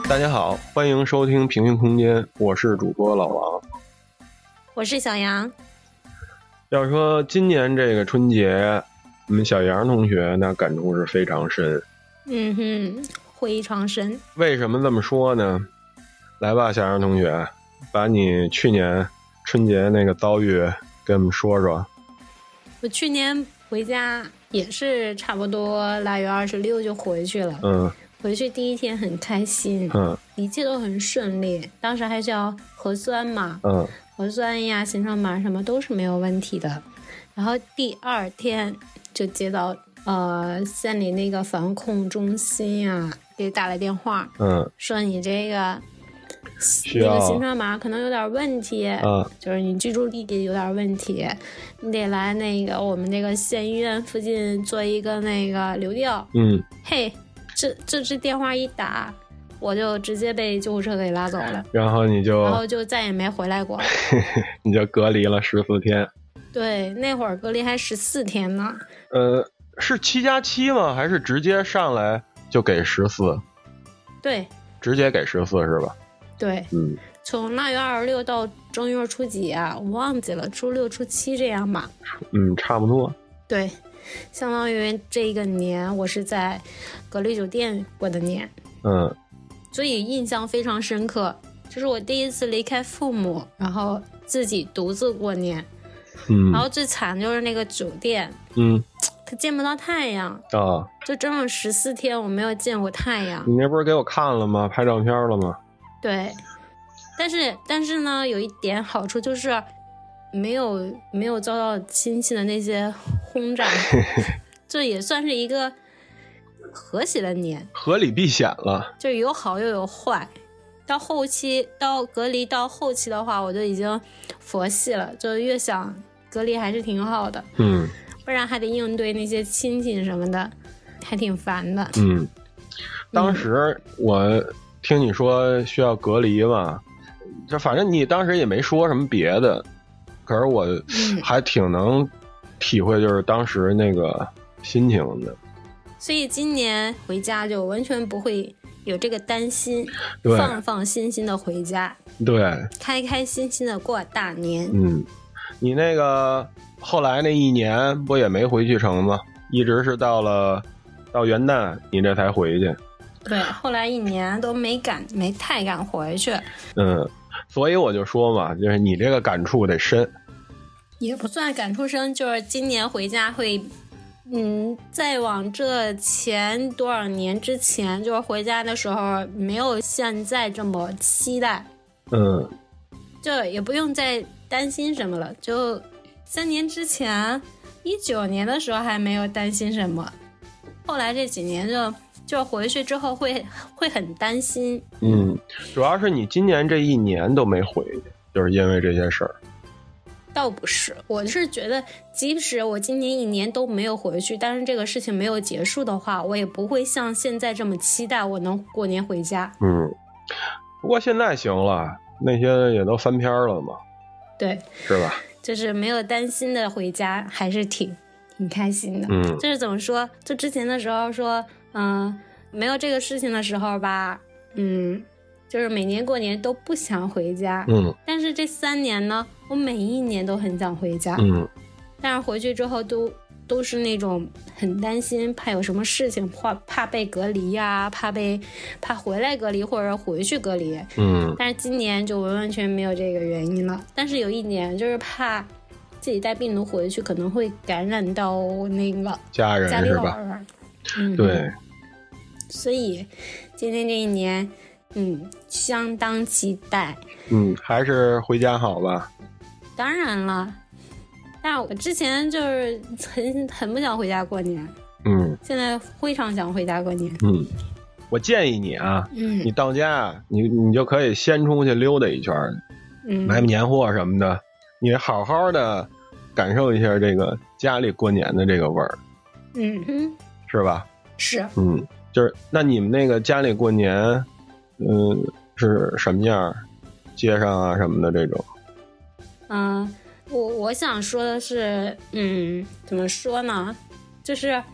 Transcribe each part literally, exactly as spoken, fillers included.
大家好，欢迎收听平行空间，我是主播老王， 我是小杨。 要说今年这个春节，我们小杨同学那感触是非常深。 嗯哼，非常深。 为什么这么说呢？来吧，小杨同学，把你去年春节那个遭遇跟我们说说。 我去年回家也是差不多腊月二十六就回去了。 嗯， 回去第一天很开心， 嗯， 一切都很顺利。当时还是要核酸嘛， 嗯， 核酸呀、行程码什么都是没有问题的。然后第二天就接到呃县里那个防控中心呀给打了电话， 嗯， 说你这个那个行程码可能有点问题， 嗯， 就是你居住地有点问题，你得来那个我们这个县医院附近做一个那个流调。 嗯， 嘿，这这这电话一打，我就直接被救护车给拉走了， 然后你就然后就再也没回来过。 你就隔离了十四天。 对，那会儿隔离还十四天呢。 呃，是七加七吗？还是直接上来就给十四？ 对， 直接给十四是吧？ 对， 嗯， 从腊月二十六到正月初几啊？我忘记了，初六、初七这样吧。 嗯，差不多。 对，相当于这个年我是在隔离酒店过的年。 嗯， 所以印象非常深刻，这是我第一次离开父母，然后自己独自过年。 嗯， 然后最惨就是那个酒店， 嗯， 它见不到太阳啊， 就整整十四天我没有见过太阳。 你那不是给我看了吗？拍照片了吗？ 对，但是但是呢，有一点好处就是没有没有遭到亲戚的那些轰炸，这也算是一个和谐的年， 合理避险了， 就有好又有坏。到后期到隔离到后期的话，我就已经佛系了，就越想隔离还是挺好的， 嗯， 不然还得应对那些亲戚什么的，还挺烦的。 嗯，当时我听你说需要隔离嘛，就反正你当时也没说什么别的，可是我还挺能体会就是当时那个心情的。 所以今年回家就完全不会有这个担心， 对， 放放心心的回家， 对， 开开心心的过大年。 嗯，你那个后来那一年不也没回去成吗？一直是到了到元旦你这才回去。 对，后来一年都没敢没太敢回去。 嗯，所以我就说嘛，就是你这个感触得深， 也不算感触深，就是今年回家会嗯，再往这前多少年之前，就是回家的时候没有现在这么期待。 嗯， 就也不用再担心什么了，就三年之前一九年的时候还没有担心什么，后来这几年就就回去之后会会很担心。 嗯，主要是你今年这一年都没回去，就是因为这些事儿。 倒不是，我是觉得即使我今年一年都没有回去，但是这个事情没有结束的话，我也不会像现在这么期待我能过年回家。 嗯，不过现在行了，那些也都翻篇了嘛。 对， 是吧？ 就是没有担心的回家，还是挺挺开心的。 嗯， 就是怎么说，就之前的时候说，嗯、呃，没有这个事情的时候吧，嗯，就是每年过年都不想回家。 嗯， 但是这三年呢，我每一年都很想回家。 嗯， 但是回去之后都都是那种很担心，怕有什么事情，怕怕被隔离呀、啊，怕被怕回来隔离或者回去隔离。 嗯， 但是今年就完完全没有这个原因了。但是有一点就是怕自己带病毒回去可能会感染到那个家人家里老人。 嗯， 对。 所以今天这一年，嗯，相当期待。 嗯，还是回家好吧。 当然了，但是我之前就是很很不想回家过年， 嗯， 现在非常想回家过年。 嗯，我建议你啊， 嗯， 你到家你你就可以先出去溜达一圈， 嗯， 买买年货什么的，你好好的感受一下这个家里过年的这个味儿。 嗯哼， 是吧？ 是， 嗯，就是那你们那个家里过年，嗯，是什么样？街上啊什么的这种。 嗯，我我想说的是，嗯，怎么说呢？就是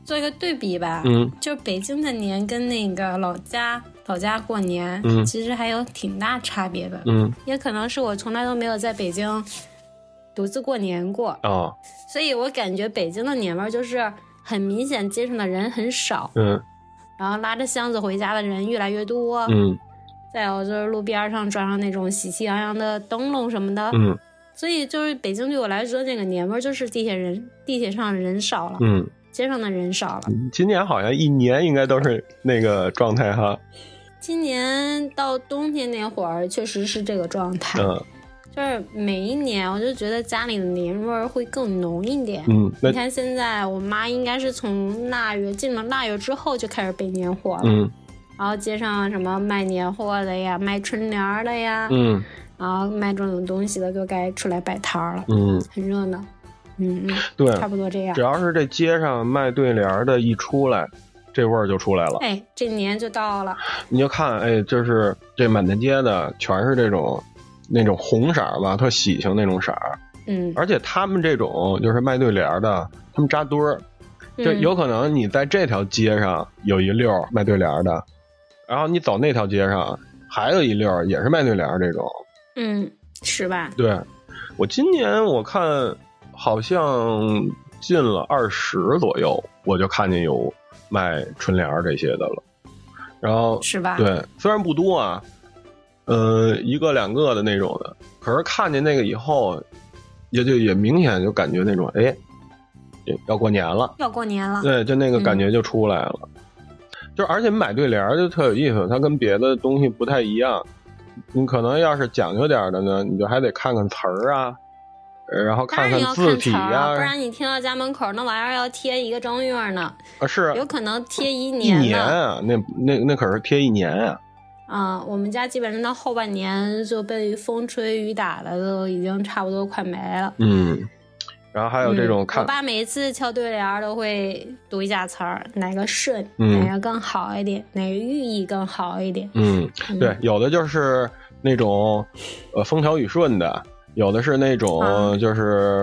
做一个对比吧， 嗯， 就是北京的年跟那个老家老家过年， 嗯， 其实还有挺大差别的， 嗯， 也可能是我从来都没有在北京独自过年过啊、哦， 所以我感觉北京的年味儿就是很明显，街上的人很少， 嗯， 然后拉着箱子回家的人越来越多， 嗯， 再有就是路边上装上那种喜气洋洋的灯笼什么的， 嗯， 所以就是北京对我来说，这个年味儿就是地铁人地铁上人少了， 嗯， 街上的人少了。 今年好像一年应该都是那个状态哈。 今年到冬天那会儿确实是这个状态， 嗯， 就是每一年我就觉得家里的年味儿会更浓一点。 嗯， 你看现在我妈应该是从腊月进了腊月之后就开始备年货了， 嗯，然后街上什么卖年货的呀，卖春联的呀， 嗯， 然后卖这种东西的就该出来摆摊了， 嗯， 很热闹，嗯嗯， 对， 差不多这样。 只要是这街上卖对联的一出来，这味儿就出来了。 哎，这年就到了。 你就看，哎，就是这满大街的全是这种那种红色吧，特喜庆那种色儿。 嗯， 而且他们这种就是卖对联的，他们扎堆儿，就有可能你在这条街上有一溜卖对联的，然后你走那条街上还有一溜也是卖对联这种。 嗯，是吧？ 对，我今年我看好像进了二十左右，我就看见有卖春联这些的了。然后是吧？ 对，虽然不多啊，呃，一个两个的那种的，可是看见那个以后，也就也明显就感觉那种，哎，要过年了， 要过年了。 对，就那个感觉就出来了。嗯、就而且买对联就特有意思，它跟别的东西不太一样。你可能要是讲究点的呢，你就还得看看词儿啊，然后看看字体呀、啊， 不然你听到家门口那玩意儿要贴一个正月呢， 啊是， 有可能贴一年。 一年啊，那那那可是贴一年啊。 啊、嗯，我们家基本上到后半年就被风吹雨打的，都已经差不多快没了。 嗯，然后还有这种看， 嗯、我爸每次敲对联都会读一下词儿，哪个顺、 嗯， 哪个更好一点，哪个寓意更好一点。 嗯，对，有的就是那种呃风调雨顺的，有的是那种就是、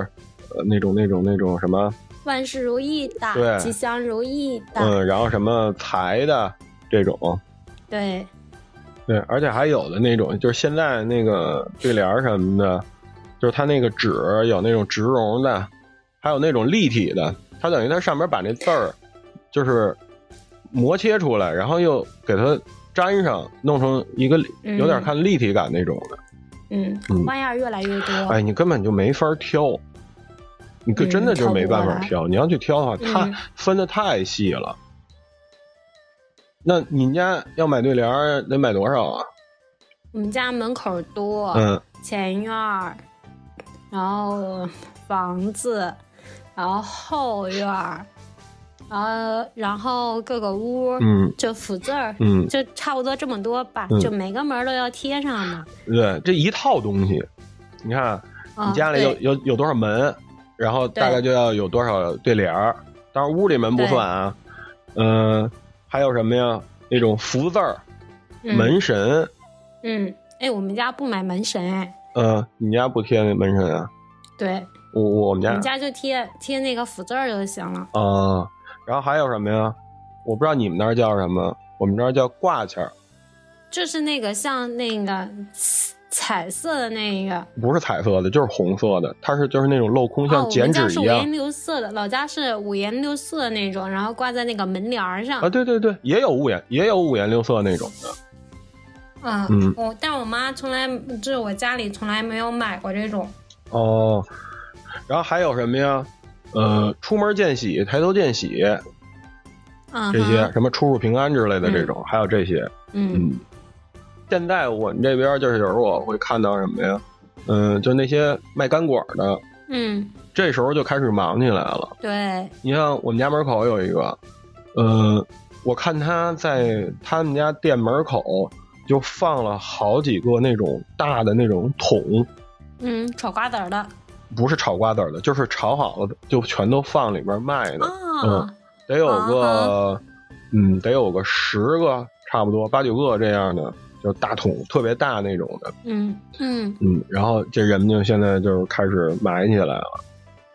啊、呃那种那种那种什么万事如意的， 对， 吉祥如意的， 嗯，然后什么财的这种， 对。 对，而且还有的那种，就是现在那个对联什么的，就是它那个纸有那种植绒的，还有那种立体的，它等于它上面把那字儿就是磨切出来，然后又给它粘上，弄成一个有点看立体感那种的。 嗯，嗯花样越来越多。 哎，你根本就没法挑，你真的就没办法挑。 嗯、 你要去挑的话，它分得太细了。嗯那你们家要买对联得买多少啊？ 我们家门口多， 嗯， 前院儿，然后房子，然后后院儿，然后然后各个屋， 嗯， 就福字儿， 嗯， 就差不多这么多吧， 嗯、 就每个门都要贴上嘛。 对，这一套东西，你看、哦、你家里有有有多少门，然后大概就要有多少对联儿，当然屋里门不算啊，嗯。呃还有什么呀？那种福字儿、嗯、门神。 嗯，哎，我们家不买门神哎。 呃，你家不贴那门神啊？ 对， 我我们家， 我们家就贴贴那个福字儿就行了。 啊、呃，然后还有什么呀？我不知道你们那儿叫什么，我们这儿叫挂签儿。 就是那个像那个彩色的那个， 不是彩色的，就是红色的，它是就是那种镂空，像剪纸一样。 哦、我们家是五颜六色的，老家是五颜六色的那种，然后挂在那个门帘上。 啊，对对对，也有五颜，也有五颜六色那种的。 嗯嗯，我但是我妈从来就是我家里从来没有买过这种。 哦，然后还有什么呀？呃，出门见喜，抬头见喜， 嗯， 这些什么出入平安之类的这种，嗯、还有这些， 嗯。 嗯现在我们这边就是有时候我会看到什么呀，嗯，就那些卖干果的， 嗯， 这时候就开始忙起来了。 对， 你像我们家门口有一个，呃，我看他在他们家店门口就放了好几个那种大的那种桶， 嗯，炒瓜子的， 不是炒瓜子的，就是炒好了就全都放里边卖的， 哦、 嗯，得有个，啊、嗯，得有个十个，差不多八九个这样的。就大桶特别大那种的， 嗯嗯嗯，然后这人们就现在就是开始买起来了，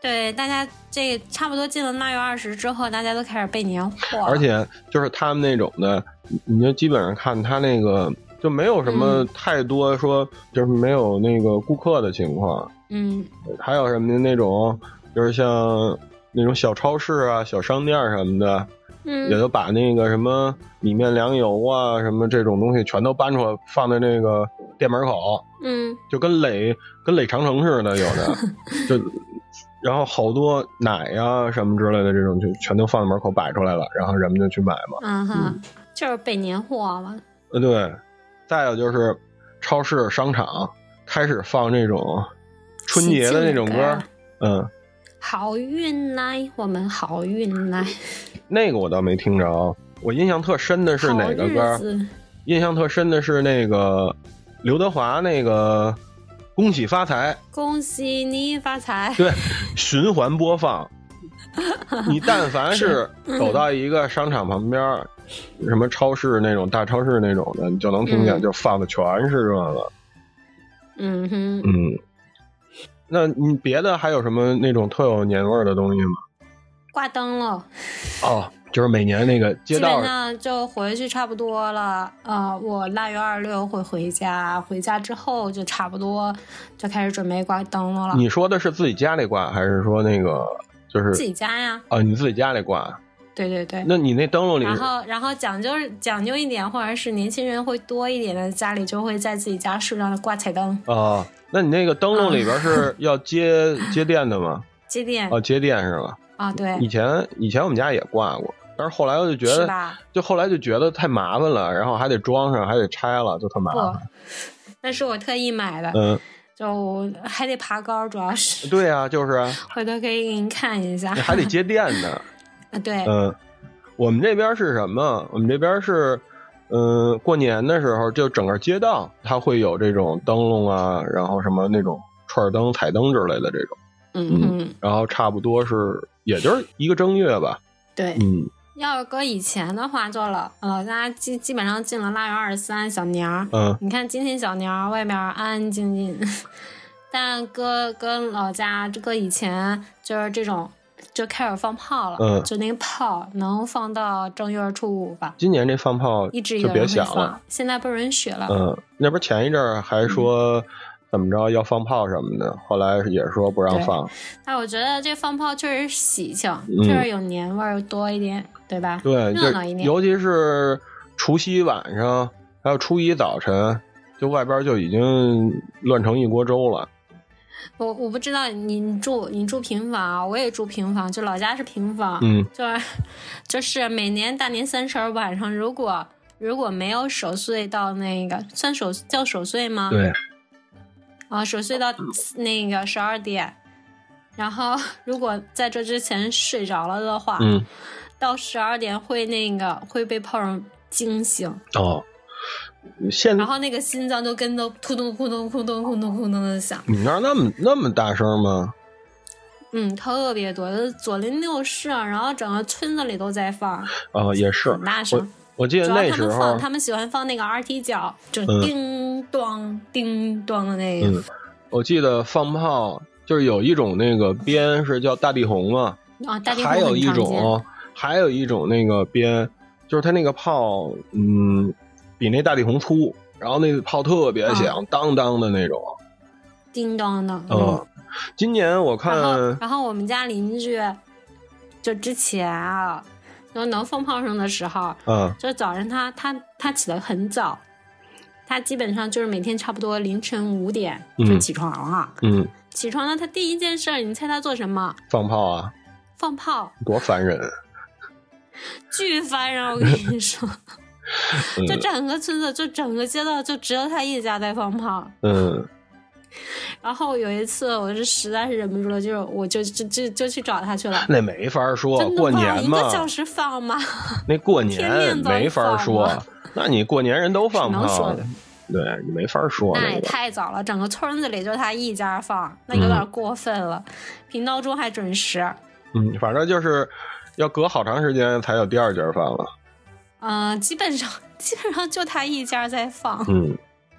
对，大家这差不多进了腊月二十之后，大家都开始备年货， 而且就是他们那种的，你就基本上看他那个就没有什么太多说，就是没有那个顾客的情况。 嗯， 还有什么那种就是像那种小超市啊、小商店什么的， 嗯， 也都把那个什么米面粮油啊什么这种东西全都搬出来放在那个店门口， 嗯， 就跟垒跟垒长城似的，有的就。然后好多奶呀什么之类的这种就全都放在门口摆出来了，然后人们就去买嘛。 嗯哼，嗯就是备年货嘛。 呃，对。再有就是超市、商场开始放这种春节的那种歌，嗯， 好运来，我们好运来。 那个我倒没听着，我印象特深的是哪个歌？印象特深的是那个刘德华那个。恭喜发财， 恭喜你发财。 对，循环播放。你但凡是走到一个商场旁边，嗯、什么超市那种大超市那种的，你就能听见，嗯、就放的全是这个。 嗯哼， 嗯。那你别的还有什么那种特有年味儿的东西吗？ 挂灯了。 哦。就是每年那个街道基本上就回去差不多了，呃，我腊月二十六会回家，回家之后就差不多就开始准备挂灯笼了。 你说的是自己家里挂，还是说那个就是自己家呀？ 啊，你自己家里挂？ 对对对。 那你那灯笼里， 然后然后讲究讲究一点，或者是年轻人会多一点的，家里就会在自己家树上挂彩灯。 哦，那你那个灯笼里边是要接、嗯、接电的吗？ 接电。 哦，接电是吧？ 啊，对。 以前以前我们家也挂过。但是后来我就觉得，就后来就觉得太麻烦了，然后还得装上，还得拆了，就特麻烦。 那是我特意买的， 嗯， 就还得爬高，主要是。 对啊，就是啊。 回头可以给你看一下。 还得接电的。 啊，对。 嗯，我们这边是什么？我们这边是，嗯，过年的时候就整个街道它会有这种灯笼啊，然后什么那种串灯、彩灯之类的这种。 嗯嗯。 然后差不多是，也就是一个正月吧。 对。 嗯。 要是搁以前的话，就老老家基基本上进了腊月二十三小年儿， 嗯， 你看今天小年儿外面安安静静，但搁搁老家搁以前就是这种就开始放炮了， 嗯， 就那个炮能放到正月初五吧。 今年这放炮一直就别想了， 现在不允许了。 嗯，那不前一阵儿还说。嗯怎么着要放炮什么的，后来也说不让放。 但我觉得这放炮确实喜庆，嗯、确实有年味儿多一点，对吧？ 对， 热闹一点。 尤其是除夕晚上，还有初一早晨，就外边就已经乱成一锅粥了。 我我不知道你住你住平房，我也住平房，就老家是平房， 嗯， 就是就是每年大年三十晚上，如果如果没有守岁到那个算守叫守岁吗？ 对。 啊，守岁到那个十二点，然后如果在这之前睡着了的话， 嗯， 到十二点会那个会被炮声惊醒。 哦，现然后那个心脏就跟着扑通扑通扑通扑通扑通的响。 你那儿那么那么大声吗？ 嗯，特别多，左邻右舍，然后整个村子里都在放。 哦，也是， 很大声。 我记得那时候他们放，他们喜欢放那个 R T 角，就叮咚、嗯、叮咚的那个、 嗯。我记得放炮就是有一种那个鞭是叫大地红嘛， 啊，大地红还有一种还有一种那个鞭，就是它那个炮，嗯，比那大地红粗，然后那个炮特别响，啊、当当的那种， 叮当的。 嗯，嗯今年我看， 然后, 然后我们家邻居就之前啊。然后能放炮声的时候， 嗯， 就是早上他他他起得很早，他基本上就是每天差不多凌晨五点就起床了。 嗯， 起床了，他第一件事，你猜他做什么？ 放炮啊！ 放炮， 多烦人！ 巨烦人！我跟你说，嗯、就整个村子，就整个街道，就只有他一家在放炮。 嗯。 然后有一次，我是实在是忍不住了，就是我就就就就去找他去了。 那没法说，过年嘛， 一个小时放吗？ 那过年没法说。那你过年人都放炮，对你没法说。 那也太早了，整个村子里就他一家放，那有点过分了。嗯、比闹钟还准时。 嗯，反正就是要隔好长时间才有第二家放了。 嗯、呃，基本上基本上就他一家在放。 嗯。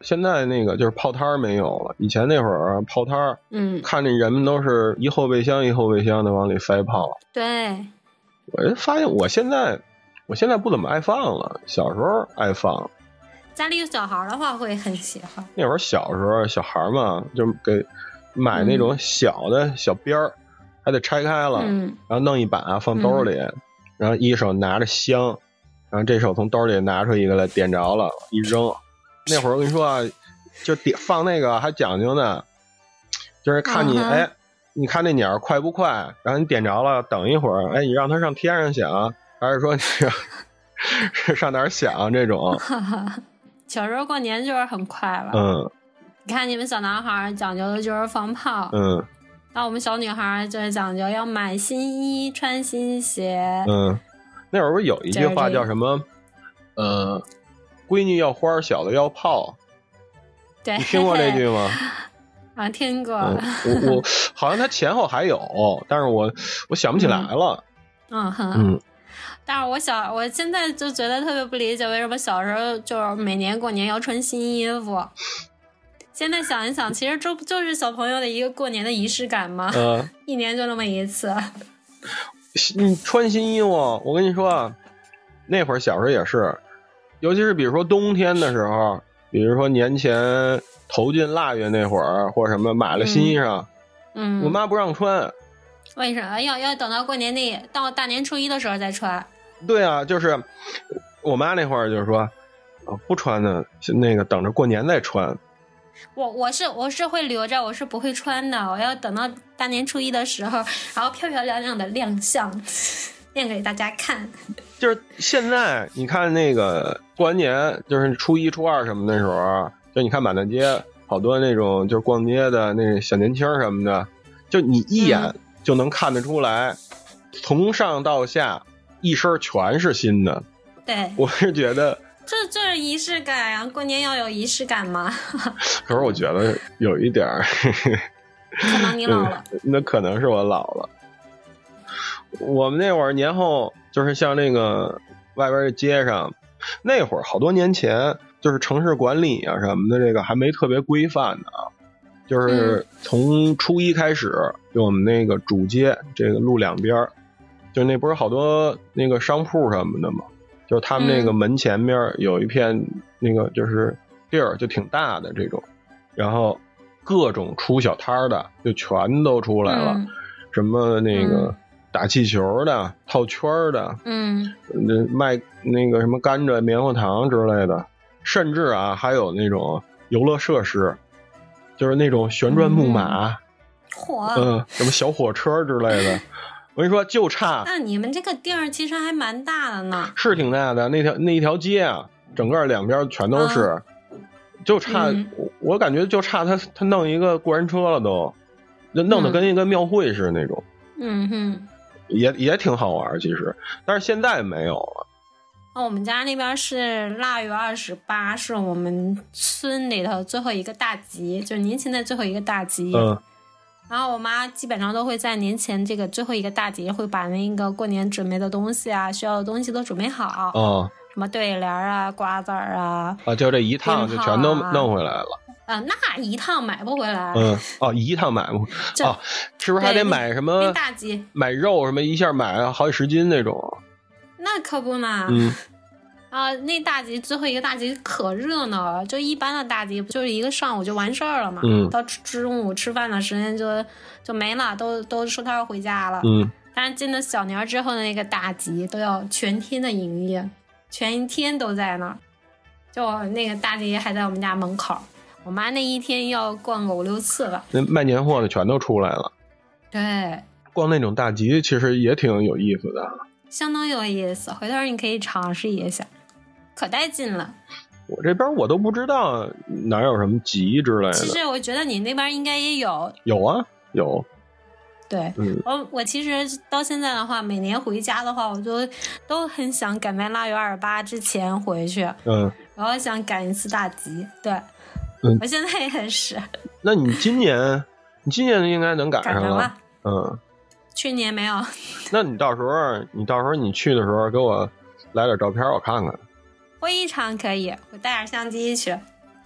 现在那个就是泡摊没有了，以前那会儿泡摊， 嗯， 看见人们都是一后备箱一后备箱的往里塞泡。 对， 我发现我现在我现在不怎么爱放了，小时候爱放。 家里有小孩的话会很喜欢。 那会儿小时候小孩嘛，就给买那种小的小边儿、嗯，还得拆开了， 嗯， 然后弄一把放兜里、嗯，然后一手拿着香，然后这手从兜里拿出一个来，点着了一扔。那会儿我跟你说啊，就点放那个还讲究呢，就是看你、uh-huh. 哎，你看那鸟快不快，然后你点着了，等一会儿，哎，你让它上天上响，还是说你上哪儿响这种。 小时候过年就是很快了， 嗯， 你看你们小男孩讲究的就是放炮， 嗯， 那我们小女孩就是讲究要买新衣穿新鞋， 嗯，那会儿不是有一句话叫什么，呃，闺女要花，小的要炮， 对， 你听过这句吗？ 啊，听过， 嗯、我我好像它前后还有，但是我我想不起来了， 嗯哼， 嗯。 但是我小我现在就觉得特别不理解，为什么小时候就是每年过年要穿新衣服。现在想一想，其实这不就是小朋友的一个过年的仪式感吗？ 嗯、呃， 一年就那么一次。 你穿新衣服，我跟你说啊，那会儿小时候也是，尤其是比如说冬天的时候，比如说年前头进腊月那会儿，或者什么买了新衣裳， 嗯， 我妈不让穿。 为什么要要等到过年那到大年初一的时候再穿？ 对啊，就是我妈那会儿就是说，不穿的，那个等着过年再穿。 我我是我是会留着，我是不会穿的。我要等到大年初一的时候，然后漂漂亮亮的亮相，亮给大家看。 就是现在你看那个过完年，就是初一初二什么的时候，就你看满大街好多那种就是逛街的那小年轻什么的，就你一眼就能看得出来，嗯、从上到下一身全是新的。 对， 我是觉得这这是仪式感呀、啊，过年要有仪式感吗？ 可是我觉得有一点儿， 可能你老了、 嗯，那可能是我老了。我们那会儿年后就是像那个外边的街上，那会儿好多年前，就是城市管理啊什么的，这个还没特别规范的啊。就是从初一开始，就我们那个主街这个路两边，就那不是好多那个商铺什么的吗？就他们那个门前面有一片那个就是地儿，就挺大的这种，然后各种出小摊的就全都出来了， 嗯、 什么那个打气球的、套圈的， 嗯， 卖那个什么甘蔗、棉花糖之类的，甚至啊还有那种游乐设施，就是那种旋转木马， 火、 嗯，嗯，什么小火车之类的。我跟你说，就差那你们这个地儿其实还蛮大的呢， 是挺大的。那条那一条街啊，整个两边全都是，啊、就差、嗯、我感觉就差他他弄一个过山车了都，就弄得跟一个庙会似的那种。 嗯哼， 也也挺好玩其实，但是现在没有了。 哦，我们家那边是腊月二十八，是我们村里头最后一个大集，就是年前的最后一个大集。 嗯。 然后我妈基本上都会在年前这个最后一个大节，会把那个过年准备的东西啊，需要的东西都准备好。 哦， 什么对联啊、瓜子儿啊， 啊，就这一趟就全都弄回来了。 啊，那一趟买不回来。 嗯，哦，一趟买不，哦，是不是还得买什么大集？ 买肉什么，一下买好几十斤那种？ 那可不嘛。 嗯。 啊，那大集最后一个大集可热闹了，就一般的大集不就是一个上午就完事儿了嘛， 嗯， 到中午吃饭的时间就就没了，都都收摊回家了。 嗯， 但是进了小年之后的那个大集都要全天的营业，全天都在那儿。就那个大集还在我们家门口，我妈那一天要逛个五六次吧。 那卖年货的全都出来了。 对， 逛那种大集其实也挺有意思的， 相当有意思，回头你可以尝试一下。可带劲了！ 我这边我都不知道哪有什么集之类的。 其实我觉得你那边应该也有。 有啊，有。 对， 嗯， 我我其实到现在的话，每年回家的话，我就都很想赶在腊月二十八之前回去。 嗯， 然后想赶一次大集。对， 嗯， 我现在也是。 那你今年，你今年应该能赶上了。 赶上了。 嗯， 去年没有。 那你到时候，你到时候你去的时候，给我来点照片，我看看。 非常可以，我带点相机去。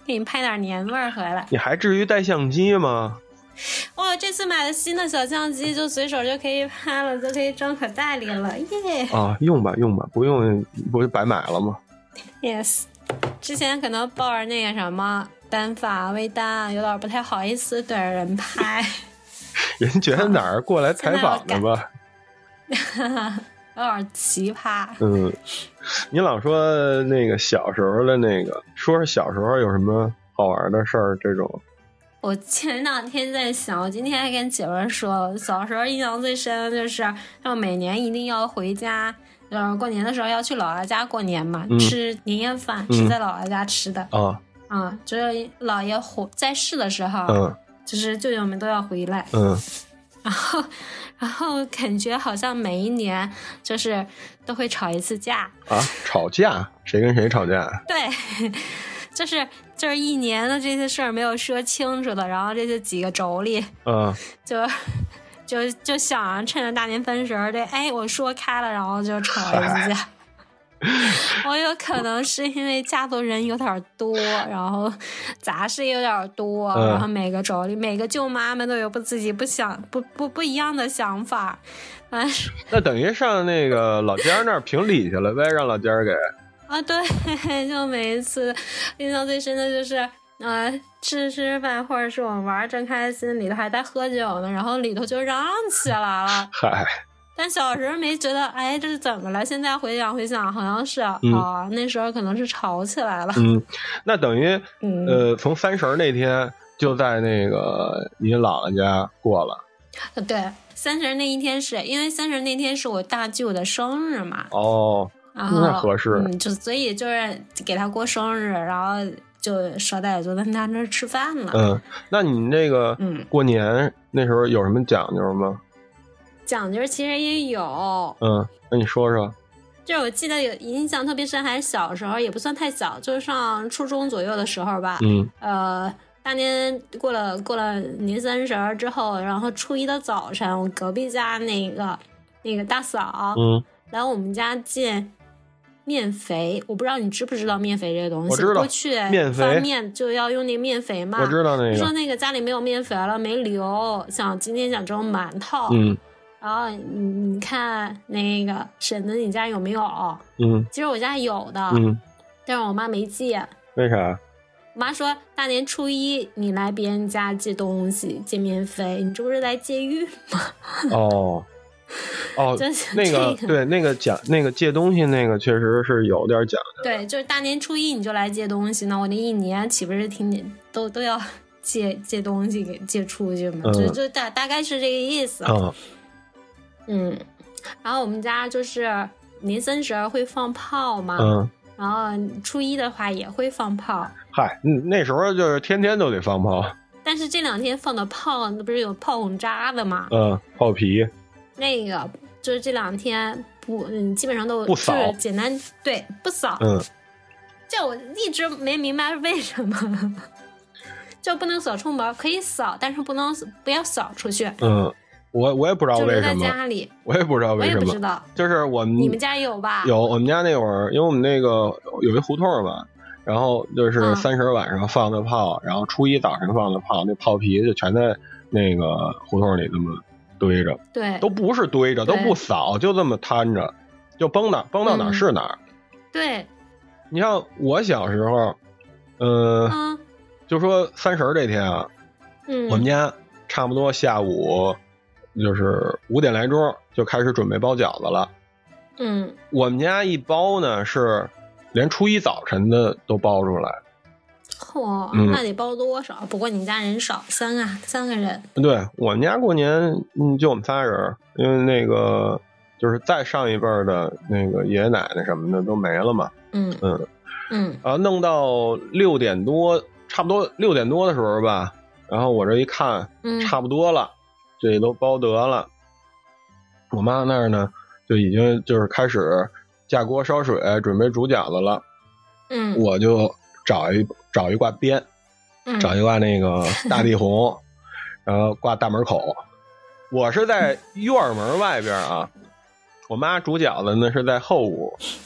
给你拍点年味儿回来。 你还至于带相机吗？ 哇，这次买的新的小相机，就随手就可以拍了，就可以装口袋里了，耶！ 啊，用吧用吧，不用不是白买了吗 ？Yes， 之前可能抱着那个什么单反、微单，有点不太好意思对着人拍。 人觉得哪儿过来采访的吧？ 有点奇葩。 嗯，你老说那个小时候的那个，说说小时候有什么好玩的事儿？这种。 我前两天在想，我今天还跟姐妹说，小时候印象最深的就是，像每年一定要回家，呃，过年的时候要去姥姥家过年嘛，嗯、吃年夜饭是在姥姥家吃的。 啊、 嗯，嗯，就是姥爷回在世的时候， 嗯， 就是舅舅们都要回来。 嗯， 然后，然后感觉好像每一年就是都会吵一次架。 啊，吵架？谁跟谁吵架？ 对。就是就是一年的这些事儿没有说清楚的，然后这些几个妯娌， 嗯， 就就就想趁着大年三十儿，这哎我说开了，然后就吵一次架。我有可能是因为家族人有点多，然后杂事也有点多，嗯、然后每个妯娌、每个舅妈们都有不自己不想不不不一样的想法。啊， 那等于上那个老家那儿评理去了呗，让老家给。 啊，对，就每一次印象最深的就是，呃，吃吃饭或者是我们玩正开心，里头还在喝酒呢，然后里头就嚷起来了。 嗨，但小时候没觉得，哎，这是怎么了？现在回想回想，好像是啊、嗯呃，那时候可能是吵起来了。 嗯，那等于， 嗯、 呃，从三十那天就在那个你姥姥家过了。 对，三十那一天是因为三十那天是我大舅的生日嘛。 哦。 然后那合适， 嗯，就所以就是给他过生日，然后就捎带就在他那吃饭了。 嗯，那你那个嗯过年那时候有什么讲究吗？ 讲究其实也有。 嗯，那你说说。 就是我记得有印象特别深，还是小时候，也不算太小，就是上初中左右的时候吧。 嗯。 呃，大年过了过了年三十之后，然后初一的早晨，我隔壁家那个那个大嫂， 嗯， 来我们家借面肥，我不知道你知不知道面肥这个东西。 我知道。 过去面肥翻面就要用那面肥嘛。 我知道那个。 说那个家里没有面肥了，没留，想今天想蒸馒头。 嗯。 然后你你看那个婶子，你家有没有？ 嗯。 其实我家有的。 嗯。 但是我妈没借。 为啥？ 我妈说大年初一你来别人家借东西，借面肥，你这不是来借运吗？ 哦。哦，那个对，那个讲那个借东西那个确实是有点讲究。 对，就是大年初一你就来借东西，那我那一年岂不是挺都都要借借东西给借出去嘛？嗯、就就大大概是这个意思。 嗯。 嗯，然后我们家就是年三十会放炮嘛。 嗯。 然后初一的话也会放炮。 嗨，那时候就是天天都得放炮。 但是这两天放的炮，那不是有炮轰渣的吗？ 嗯，炮皮。那个就是这两天不，嗯，基本上都不扫， 就是简单对不扫。 嗯， 这我一直没明白为什么，就不能扫出门，可以扫，但是不能不要扫出去。 嗯，我我也不知道为什么， 就留在家里， 我也不知道为什么， 我也不知道， 就是我们你们家有吧？ 有，我们家那会儿，因为我们那个有一胡同嘛，然后就是三十晚上放的炮，嗯、然后初一早上放的炮，那炮皮就全在那个胡同里那么堆着， 对， 都不是堆着，都不扫，就这么摊着，就崩哪崩到哪儿是哪儿。 嗯、对， 你像我小时候，呃、嗯，就说三十这天啊， 嗯， 我们家差不多下午就是五点来钟就开始准备包饺子了。 嗯， 我们家一包呢是连初一早晨的都包出来。 嚯、 嗯， 那得包多少？不过你家人少，三个三个人。 对，我们家过年，嗯，就我们仨人，因为那个就是再上一辈的那个爷爷奶奶什么的都没了嘛。 嗯嗯嗯， 啊，弄到六点多，差不多六点多的时候吧，然后我这一看， 嗯， 差不多了，这都包得了。我妈那儿呢，就已经就是开始架锅烧水，准备煮饺子了。 嗯， 我就找一找一挂鞭， 嗯、 找一挂那个大地红，然后挂大门口。我是在院门外边啊，我妈煮饺子呢是在后屋。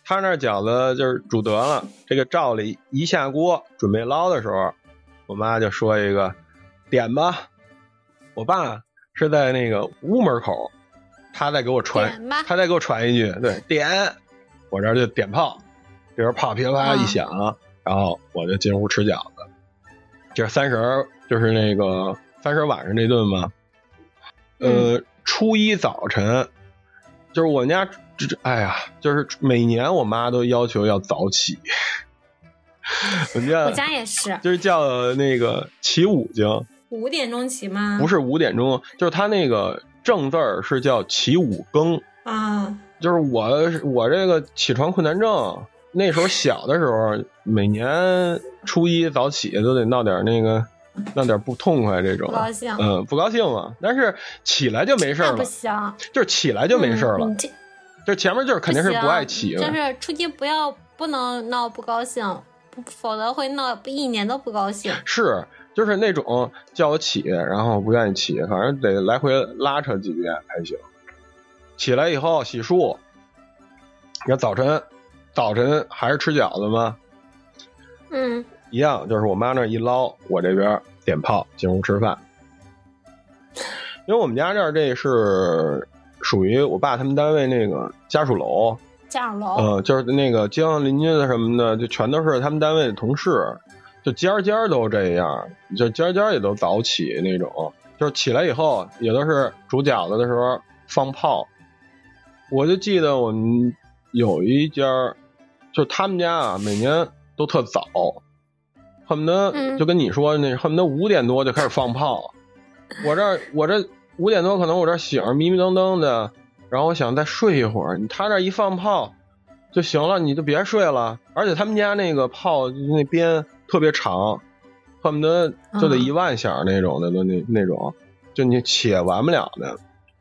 他那饺子就是煮得了，这个照里一下锅准备捞的时候，我妈就说一个点吧。我爸是在那个屋门口，他在给我传，他在给我传一句，对，点，我这就点炮，这时候炮噼里啪啦一响、啊，然后我就进屋吃饺子。这三十就是那个三十晚上这顿嘛，呃，嗯、初一早晨，就是我们家，哎呀，就是每年我妈都要求要早起。我家我家也是， 就是叫那个起五经。 五点钟起吗？ 不是五点钟，就是他那个正字儿是叫起五更啊。 就是我我这个起床困难症，那时候小的时候，每年初一早起都得闹点那个，闹点不痛快这种。 不高兴。 嗯，不高兴嘛。但是起来就没事了。 不行。 就是起来就没事了。 嗯、 就前面就是肯定是不爱起的。就是初一不要不能闹不高兴，否则会闹一年都不高兴。 是。就是那种叫我起，然后不愿意起，反正得来回拉扯几遍才行。起来以后洗漱，你看早晨，早晨还是吃饺子吗？ 嗯， 一样，就是我妈那一捞，我这边点炮进屋吃饭。因为我们家这儿这是属于我爸他们单位那个家属楼， 家属楼， 呃，就是那个街坊邻居的什么的，就全都是他们单位的同事。就家家都这样，就家家也都早起那种，就是起来以后也都是煮饺子的时候放炮。我就记得我们有一家，就他们家啊，每年都特早，恨不得就跟你说那恨不得五点多就开始放炮。我这我这五点多可能我这醒迷迷瞪瞪的，然后我想再睡一会儿，他这一放炮就行了，你就别睡了。而且他们家那个炮那边特别长，恨不得就得一万响那种的，都、嗯、那那种，就你且完不了的。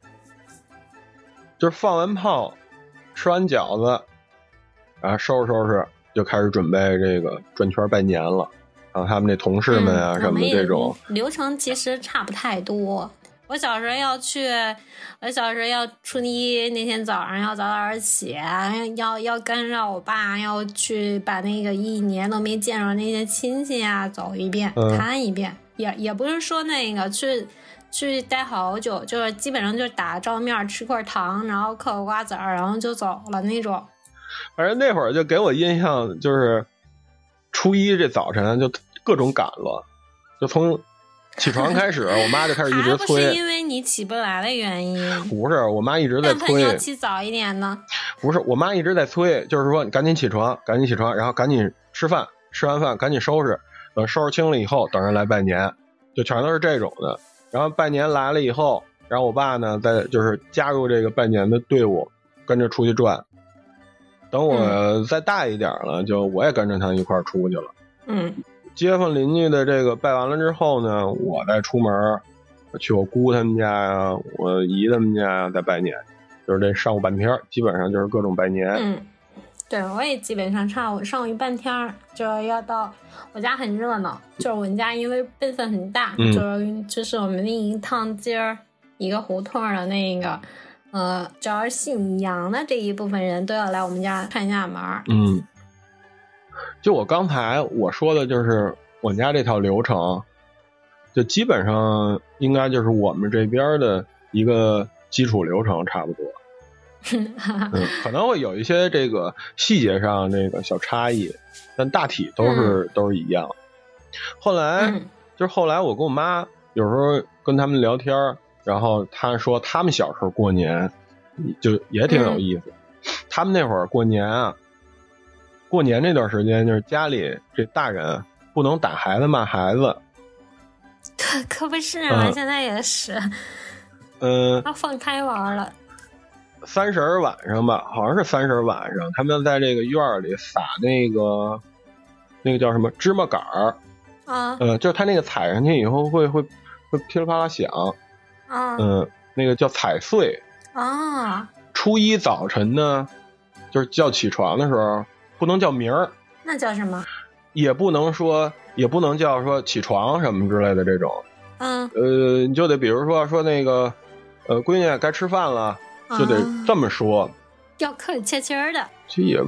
就是放完炮，吃完饺子，然后收拾收拾，就开始准备这个转圈拜年了。然后他们那同事们啊、嗯、什么的这种流程其实差不太多。我小时候要去，我小时候要初一那天早上要早点起，要要跟着我爸要去把那个一年都没见着那些亲戚啊走一遍、嗯、看一遍，也也不是说那个去去待好久，就是基本上就是打照面吃块糖，然后嗑个瓜子儿，然后就走了那种。 反正那会儿就给我印象就是初一这早晨就各种赶了，就从起床开始我妈就开始一直催。还不是因为你起不来的原因？ 不是，我妈一直在催。 但要起早一点呢？ 不是，我妈一直在催，就是说你赶紧起床，赶紧起床，然后赶紧吃饭，吃完饭赶紧收拾，等收拾清了以后等人来拜年，就全都是这种的。然后拜年来了以后，然后我爸呢再就是加入这个拜年的队伍，跟着出去转。等我再大一点了、嗯、就我也跟着他一块儿出去了。 嗯。 街坊邻居的这个拜完了之后呢，我再出门去我姑他们家呀、我姨他们家呀再拜年，就是这上午半天基本上就是各种拜年。 嗯，对，我也基本上上午上午一半天就要到我家，很热闹，就是我们家因为辈分很大、嗯、就是就是我们那一趟街儿一个胡同的那个呃，只要是姓杨的这一部分人都要来我们家看一下门。 嗯。就我刚才我说的就是我们家这套流程，就基本上应该就是我们这边的一个基础流程差不多。嗯，可能会有一些这个细节上这个小差异，但大体都是、嗯、都是一样。后来、嗯、就是后来我跟我妈有时候跟他们聊天，然后她说他们小时候过年就也挺有意思、嗯、他们那会儿过年啊，过年那段时间就是家里这大人不能打孩子骂孩子。 可可不是嘛、嗯、现在也是嗯， 要放开玩了。 三十晚上吧，好像是三十晚上，他们在这个院里撒那个那个叫什么芝麻杆儿啊， 呃，就是他那个踩上去以后会会会噼里啪啦响啊， 嗯，那个叫踩碎啊。 初一早晨呢，就是叫起床的时候，不能叫名儿， 那叫什么？ 也不能说，也不能叫说起床什么之类的这种， 嗯， 呃，你就得比如说说那个，呃，闺女该吃饭了。就得这么说、 啊、要客气切切的。 其实也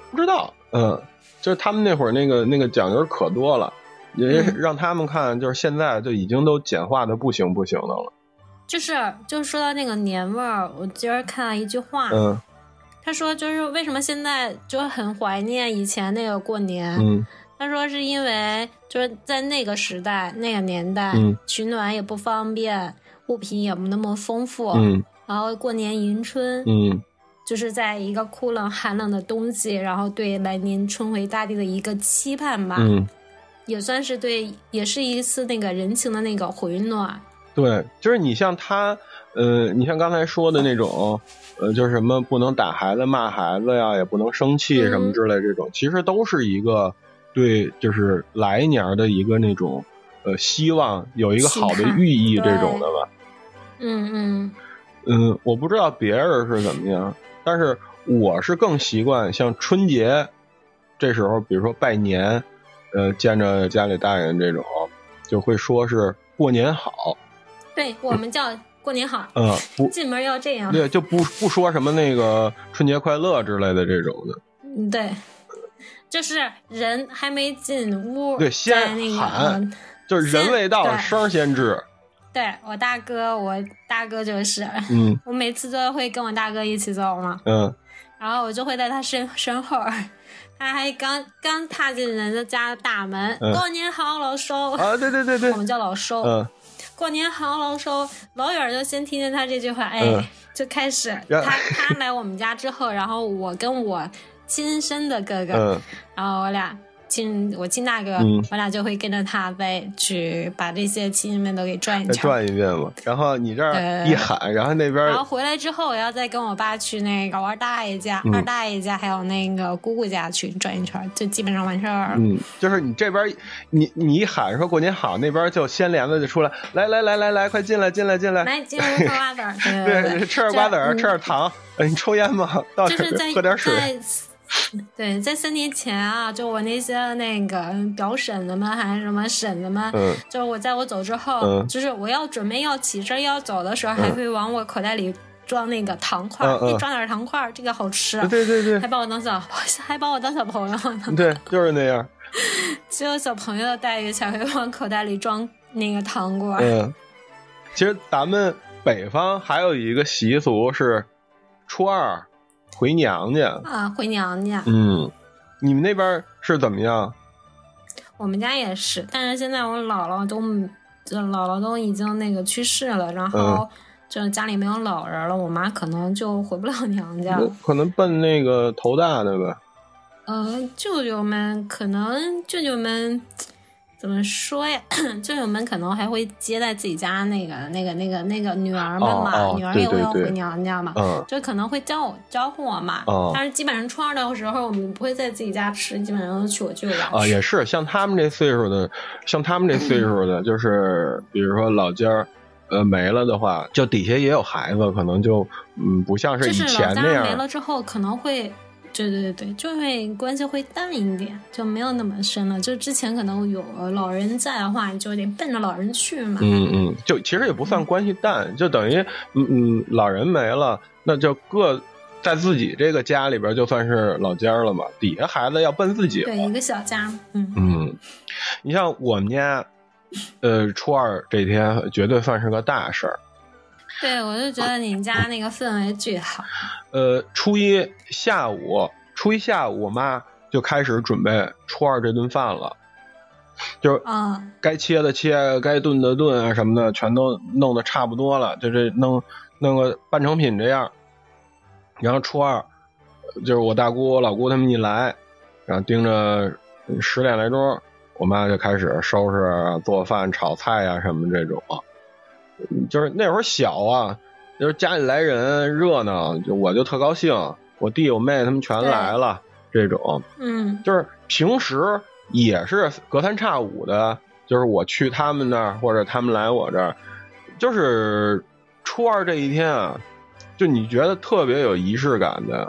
不知道，嗯，就是他们那会儿那个那个讲究可多了，也让他们看，就是现在就已经都简化的不行不行的了。 就是就是说到那个年味儿，我今儿看了一句话， 嗯， 他说就是为什么现在就很怀念以前那个过年， 嗯， 他说是因为就是在那个时代那个年代， 嗯， 取暖也不方便，物品也不那么丰富， 嗯， 然后过年迎春， 嗯， 就是在一个酷冷寒冷的冬季，然后对来年春回大地的一个期盼吧， 嗯， 也算是对，也是一次那个人情的那个回暖。 对，就是你像他，呃，你像刚才说的那种，呃，就是什么不能打孩子、骂孩子呀，也不能生气什么之类这种，嗯、其实都是一个对，就是来年的一个那种，呃，希望有一个好的寓意这种的吧。 嗯嗯嗯，我不知道别人是怎么样，但是我是更习惯像春节这时候，比如说拜年，呃，见着家里大人这种，就会说是过年好。 对，我们叫过年好， 嗯，不进门要这样， 对，就不不说什么那个春节快乐之类的这种的， 嗯，对，就是人还没进屋， 对，先那个喊，就是人未到，声先至。 对，我大哥，我大哥就是， 嗯， 我每次都会跟我大哥一起走嘛， 嗯， 然后我就会在他身身后，他还刚刚踏进人家家的大门，嗯、过年好，老收啊，对对对对， 我们叫老收， 嗯。 过年好，老收，老远就先听见他这句话，哎， 嗯、 就开始他他来我们家之后，然后我跟我亲生的哥哥， 嗯、 然后我俩亲我亲大哥、 嗯， 我俩就会跟着他呗，去把这些亲戚们都给转一圈， 转一遍嘛。然后你这儿一喊，呃、然后那边， 然后回来之后，我要再跟我爸去那个我二大爷家、 嗯、 二大爷家，还有那个姑姑家去转一圈，就基本上完事儿了。 嗯，就是你这边你你一喊说过年好，那边就先帘子就出来，来来来来来，快进来进来进来， 来进屋嗑瓜子儿，对对对，吃点瓜子儿，吃点糖。哎，你抽烟吗？到这儿喝点水。 对，在三年前啊，就我那些那个表婶子们还是什么婶子们， 嗯， 就是我在我走之后， 嗯、 就是我要准备要起身要走的时候，嗯、还会往我口袋里装那个糖块， 嗯嗯、 装点糖块，这个好吃。 对对对， 还把我当小，还把我当小朋友呢。 对，就是那样。 只有小朋友的待遇才会往口袋里装那个糖果。 嗯，其实咱们北方还有一个习俗是初二回娘家啊，回娘家。 嗯，你们那边是怎么样？ 我们家也是，但是现在我姥姥都，就姥姥都已经那个去世了，然后就家里没有老人了，我妈可能就回不了娘家， 可能奔那个头大的吧。 呃，舅舅们可能舅舅们。怎么说呀？舅舅们可能还会接待自己家那个、那个、那个、那个女儿们嘛， 哦哦、 女儿也会要回娘家嘛， 对对对就可能会招我招呼我嘛。 哦、 但是基本上初二的时候，我们不会在自己家吃，基本上都去我舅家吃。 啊，也是像他们这岁数的，像他们这岁数的，就是比如说老家儿呃没了的话，就底下也有孩子，可能就嗯不像是以前那样。 就是老家没了之后，可能会。对对对，就会关系会淡一点，就没有那么深了。就之前可能有老人在的话，你就得奔着老人去嘛。 嗯嗯，就其实也不算关系淡，嗯、就等于嗯嗯老人没了，那就各在自己这个家里边就算是老家了嘛。底下孩子要奔自己了。 对，一个小家。嗯嗯，你像我们家，呃，初二这天绝对算是个大事儿。 对，我就觉得你家那个氛围巨好。 呃，初一下午，初一下午，我妈就开始准备初二这顿饭了，就是啊， 该切的切，该炖的炖啊什么的，全都弄得差不多了，就这弄弄个半成品这样。然后初二，就是我大姑、我老姑他们一来，然后盯着十点来钟，我妈就开始收拾做饭、炒菜呀、啊、什么这种。就是那会儿小啊，就是家里来人热闹，就我就特高兴，我弟我妹他们全来了，这种， 嗯， 就是平时也是隔三差五的，就是我去他们那儿或者他们来我这儿，就是初二这一天啊，就你觉得特别有仪式感的。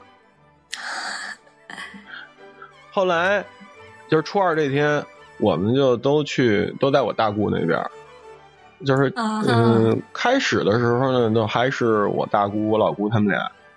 后来就是初二这天，我们就都去，都在我大姑那边。就是嗯， uh-huh. 开始的时候呢，都还是我大姑、我老姑他们俩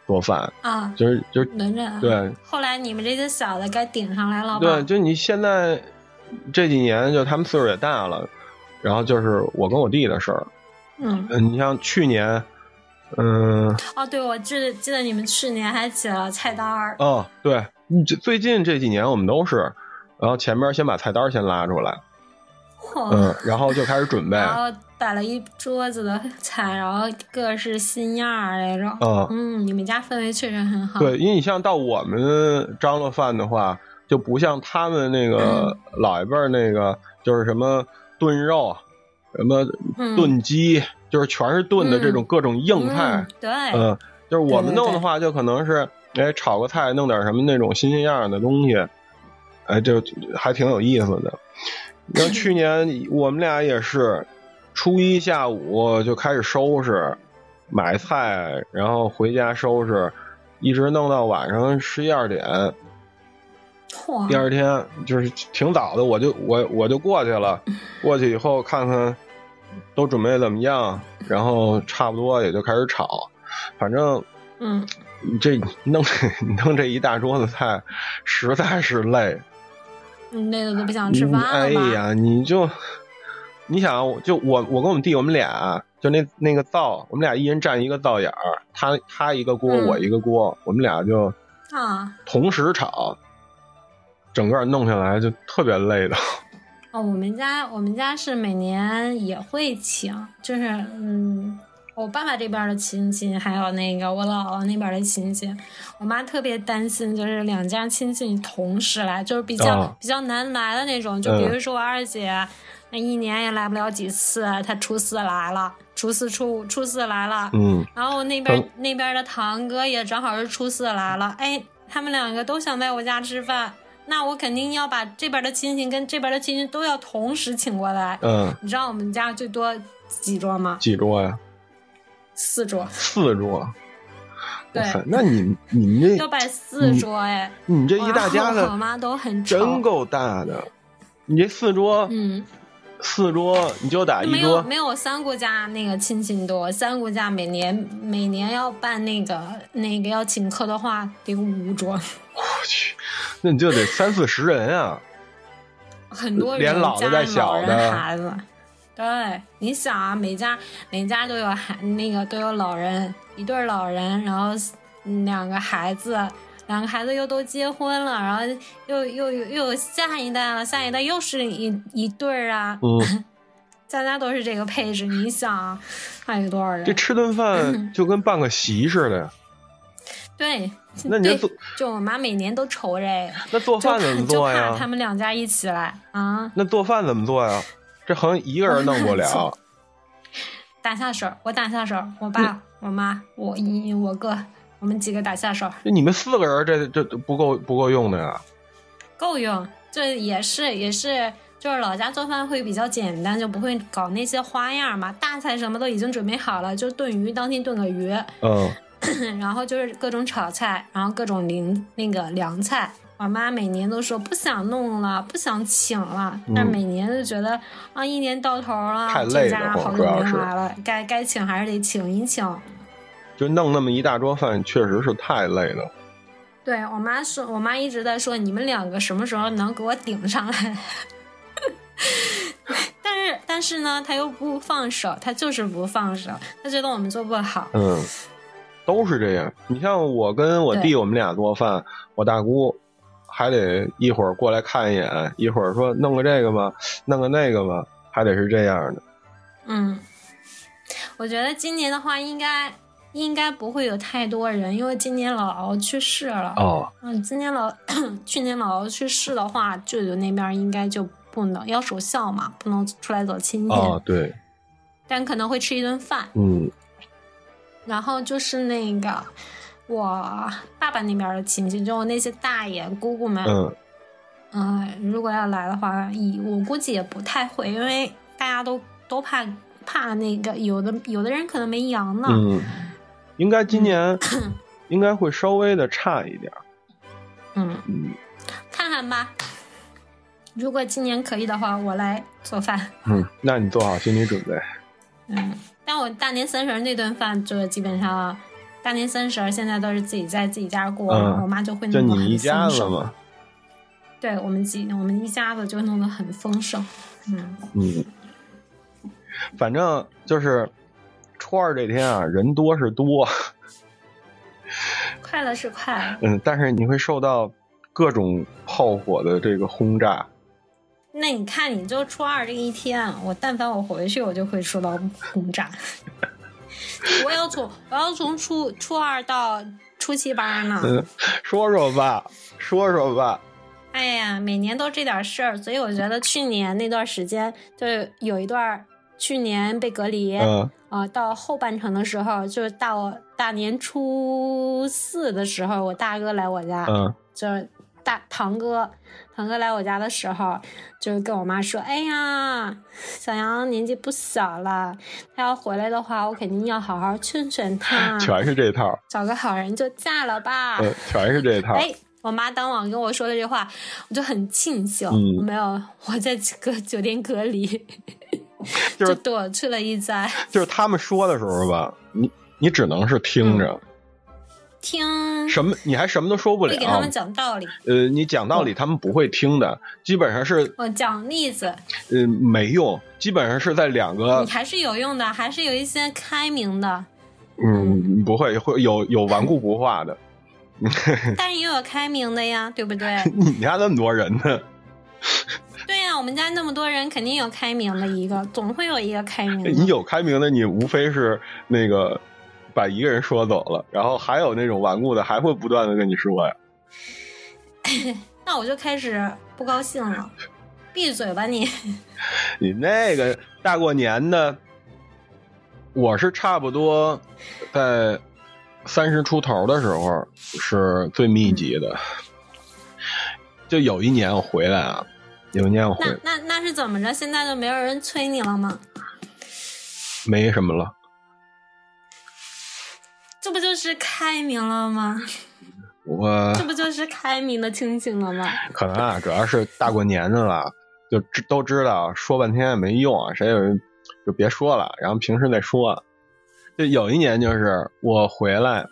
做饭啊， 就是就是轮着。 对， 后来你们这些小的该顶上来了吧？ 对，就你现在这几年，就他们岁数也大了，然后就是我跟我弟的事儿。 嗯， 你像去年，嗯， 哦，对，我记得记得你们去年还起了菜单儿。 哦，对，这最近这几年我们都是，然后前面先把菜单先拉出来，嗯，然后就开始准备， 然后摆了一桌子的菜，然后各是新样儿那种。 嗯嗯，你们家氛围确实很好。 对，因为你像到我们张罗饭的话，就不像他们那个老一辈那个，就是什么炖肉。什么炖鸡、嗯、就是全是炖的这种各种硬菜、 嗯嗯、对嗯，就是我们弄的话就可能是哎炒个菜弄点什么那种新鲜样的东西，哎就还挺有意思的。然后去年我们俩也是初一下午就开始收拾买菜，然后回家收拾，一直弄到晚上十一二点，第二天就是挺早的，我就我我就过去了，过去以后看看都准备怎么样，然后差不多也就开始炒，反正嗯， 这弄弄这一大桌子菜实在是累， 累的都不想吃饭了吧？ 哎呀，你就你想，就我我跟我们弟我们俩就那那个灶，我们俩一人占一个灶眼儿，他他一个锅、嗯、我一个锅，我们俩就啊同时炒。整个弄下来就特别累的。 哦，我们家我们家是每年也会请，就是嗯，我爸爸这边的亲戚，还有那个我姥姥那边的亲戚，我妈特别担心，就是两家亲戚同时来，就是比较、哦、比较难来的那种。就比如说我二姐，嗯、那一年也来不了几次，她初四来了，初四初五初四来了， 嗯， 然后那边、嗯、那边的堂哥也正好是初四来了，哎，他们两个都想在我家吃饭。那我肯定要把这边的亲戚跟这边的亲戚都要同时请过来。 嗯， 你知道我们家最多几桌吗？ 几桌呀？ 四桌。 四桌。 对， 那你你们这要摆四桌哎！ 你, 你这一大家子， 我妈都很真够大的。你这四桌， 嗯， 四桌你就打一桌， 没有没有三姑家那个亲戚多。三姑家每年每年要办那个那个要请客的话，得五桌。 我去，那你就得三四十人啊， 很多人， 连老的带小的孩子。对，你想啊，每家每家都有孩那个都有老人，一对老人，然后两个孩子，两个孩子又都结婚了，然后又又又又有下一代了，下一代又是一一对啊， 嗯， 家家都是这个配置，你想还有多少人？ 这吃顿饭就跟办个席似的呀。 对， 那你就做， 就我妈每年都愁这个。 那做饭怎么做呀？ 就怕他们两家一起来啊。 那做饭怎么做呀？这好像一个人弄不了。 打下手，我打下手，我爸、嗯、我妈、我姨、我哥，我们几个打下手。 你们四个人，这这不够不够用的呀？ 够用，这也是也是，就是老家做饭会比较简单，就不会搞那些花样嘛。大菜什么都已经准备好了，就炖鱼，当天炖个鱼。 嗯。 然后就是各种炒菜，然后各种零那个凉菜。我妈每年都说不想弄了，不想请了，嗯、但每年就觉得啊，一年到头了， 太累了， 这家好久没来了，该该请还是得请一请。 就弄那么一大桌饭，确实是太累了。 对我妈说，我妈一直在说，你们两个什么时候能给我顶上来？但是但是呢，她又不放手，她就是不放手，她觉得我们做不好。 嗯。都是这样，你像我跟我弟，我们俩做饭，我大姑还得一会儿过来看一眼，一会儿说弄个这个吧，弄个那个吧，还得是这样的。 嗯，我觉得今年的话，应该应该不会有太多人，因为今年姥姥去世了。 哦， 嗯，今年老去年姥姥去世的话，舅舅那边应该就不能要守孝嘛，不能出来走亲戚。 哦，对。 但可能会吃一顿饭。 嗯。 然后就是那个我爸爸那边的亲戚，就那些大爷姑姑们， 嗯， 呃，如果要来的话，我估计也不太会，因为大家都都怕怕那个，有的有的人可能没阳呢。 嗯，应该今年、嗯、应该会稍微的差一点。 嗯嗯，看看吧。如果今年可以的话，我来做饭。 嗯，那你做好心理准备。 嗯。但我大年三十那顿饭就基本上大年三十现在都是自己在自己家过， 嗯、 我妈就会弄得很丰盛。就你一家子吗？ 对，我们几我们一家子就弄得很丰盛。嗯嗯，反正就是初二这天啊，人多是多， 快乐是快乐。 嗯，但是你会受到各种炮火的这个轰炸。 那你看，你就初二这一天，我但凡我回去，我就会受到轰炸。我要从我要从初初二到初七班呢。 嗯，说说吧，说说吧。 哎呀，每年都这点事儿，所以我觉得去年那段时间，就是有一段去年被隔离， 嗯， 呃，到后半程的时候，就是到大年初四的时候，我大哥来我家， 嗯， 就是大堂哥，堂哥来我家的时候，就是跟我妈说，哎呀，小杨年纪不小了，他要回来的话，我肯定要好好劝劝他， 全是这套， 找个好人就嫁了吧， 嗯，全是这套， 哎。我妈当晚跟我说了这话，我就很庆幸， 嗯、 我没有我在隔酒店隔离， 就是、 就躲去了一灾。 就是他们说的时候吧，你你只能是听着，嗯、 听什么，你还什么都说不了。 给他们讲道理， 呃，你讲道理，他们不会听的，基本上是我讲例子， 呃，没用，基本上是在两个， 你还是有用的，还是有一些开明的， 嗯，不会会有有顽固不化的。 但也有开明的呀，对不对？ 你家那么多人呢？ 对呀、啊，我们家那么多人，肯定有开明的一个，总会有一个开明的。 你有开明的，你无非是那个把一个人说走了，然后还有那种顽固的，还会不断的跟你说呀。 那我就开始不高兴了，闭嘴吧你！ 你那个大过年的，我是差不多在三十出头的时候是最密集的，就有一年我回来啊，有一年我回来， 那那那是怎么着？现在就没有人催你了吗？ 没什么了， 这不就是开明了吗？ 我这不就是开明的清醒了吗？ 可能啊，主要是大过年的了，就都知道说半天也没用啊，谁有人就别说了，然后平时再说。就有一年就是我回来，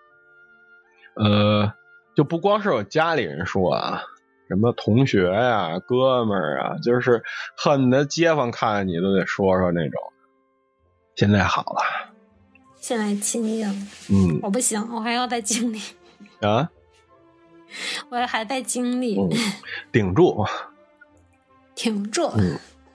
呃，就不光是我家里人说啊，什么同学呀、啊、哥们儿啊，就是恨得街坊看见你都得说说那种。现在好了， 现在清静了。 嗯， 我不行，我还要再经历啊， 我还带经历， 嗯、顶住， 挺住。 嗯，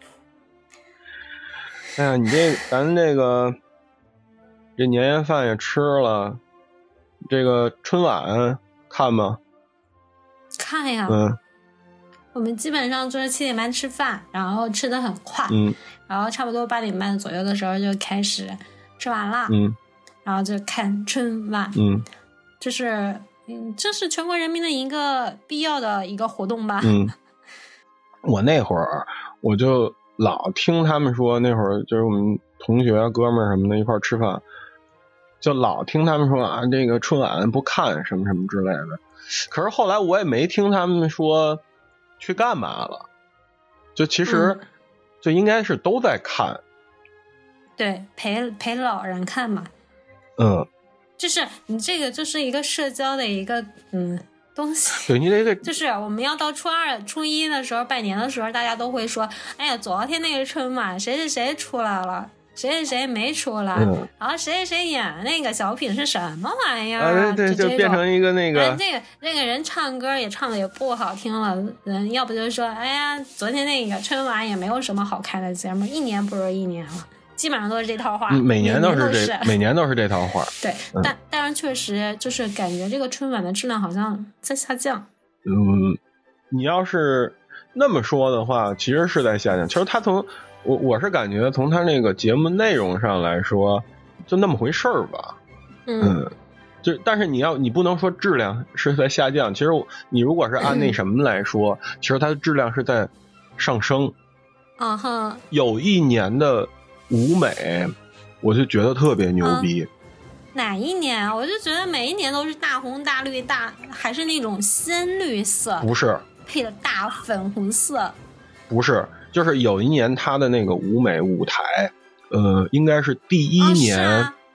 哎呀，你这咱这个。这年夜饭也吃了，这个春晚看吗？ 看呀， 嗯， 我们基本上就是七点半吃饭，然后吃得很快， 嗯， 然后差不多八点半左右的时候就开始吃完了， 嗯， 然后就看春晚， 嗯， 这是嗯，这是全国人民的一个必要的一个活动吧？ 嗯，我那会儿我就老听他们说，那会儿就是我们同学哥们儿什么的一块儿吃饭。就老听他们说啊，这个春晚不看什么什么之类的，可是后来我也没听他们说去干嘛了，就其实就应该是都在看， 嗯、对，陪陪老人看嘛， 嗯， 就是你这个就是一个社交的一个嗯东西， 对你这个就是我们要到初二、初一的时候拜年的时候，大家都会说，哎呀，昨天那个春晚谁谁谁出来了。谁谁谁没出来， 嗯、 然后谁谁谁演那个小品是什么玩意儿、 啊？对对，就变成一个那个， 哎、这个那个人唱歌也唱的也不好听了，人要不就说，哎呀，昨天那个春晚也没有什么好看的节目，一年不如一年了，基本上都是这套话， 嗯、每年都是这， 每年都是每年都是这套话。 对， 嗯、 但但是确实就是感觉这个春晚的质量好像在下降。 嗯，你要是那么说的话，其实是在下降。其实他从我我是感觉从他那个节目内容上来说，就那么回事儿吧。 嗯， 嗯，就但是你要你不能说质量是在下降，其实你如果是按那什么来说，嗯、其实它的质量是在上升。 啊哈， 有一年的舞美，我就觉得特别牛逼。 啊哪一年啊？我就觉得每一年都是大红大绿大，还是那种鲜绿色， 不是配的大粉红色， 不是，就是有一年他的那个舞美舞台，呃，应该是第一年， 哦啊、